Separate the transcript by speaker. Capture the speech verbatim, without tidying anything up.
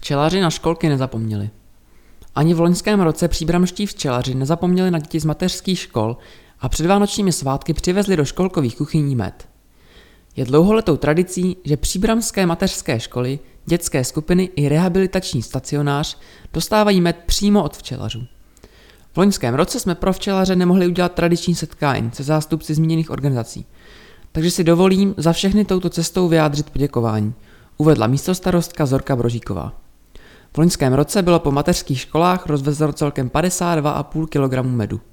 Speaker 1: Včelaři na školky nezapomněli. Ani v loňském roce příbramští včelaři nezapomněli na děti z mateřských škol a před vánočními svátky přivezli do školkových kuchyní med. Je dlouholetou tradicí, že příbramské mateřské školy, dětské skupiny i rehabilitační stacionář dostávají med přímo od včelařů. V loňském roce jsme pro včelaře nemohli udělat tradiční setkání se zástupci zmíněných organizací, takže si dovolím za všechny touto cestou vyjádřit poděkování, uvedla místostarostka Zorka Brožíková. V loňském roce bylo po mateřských školách rozvezeno celkem padesát dva celá pět kilogramu medu.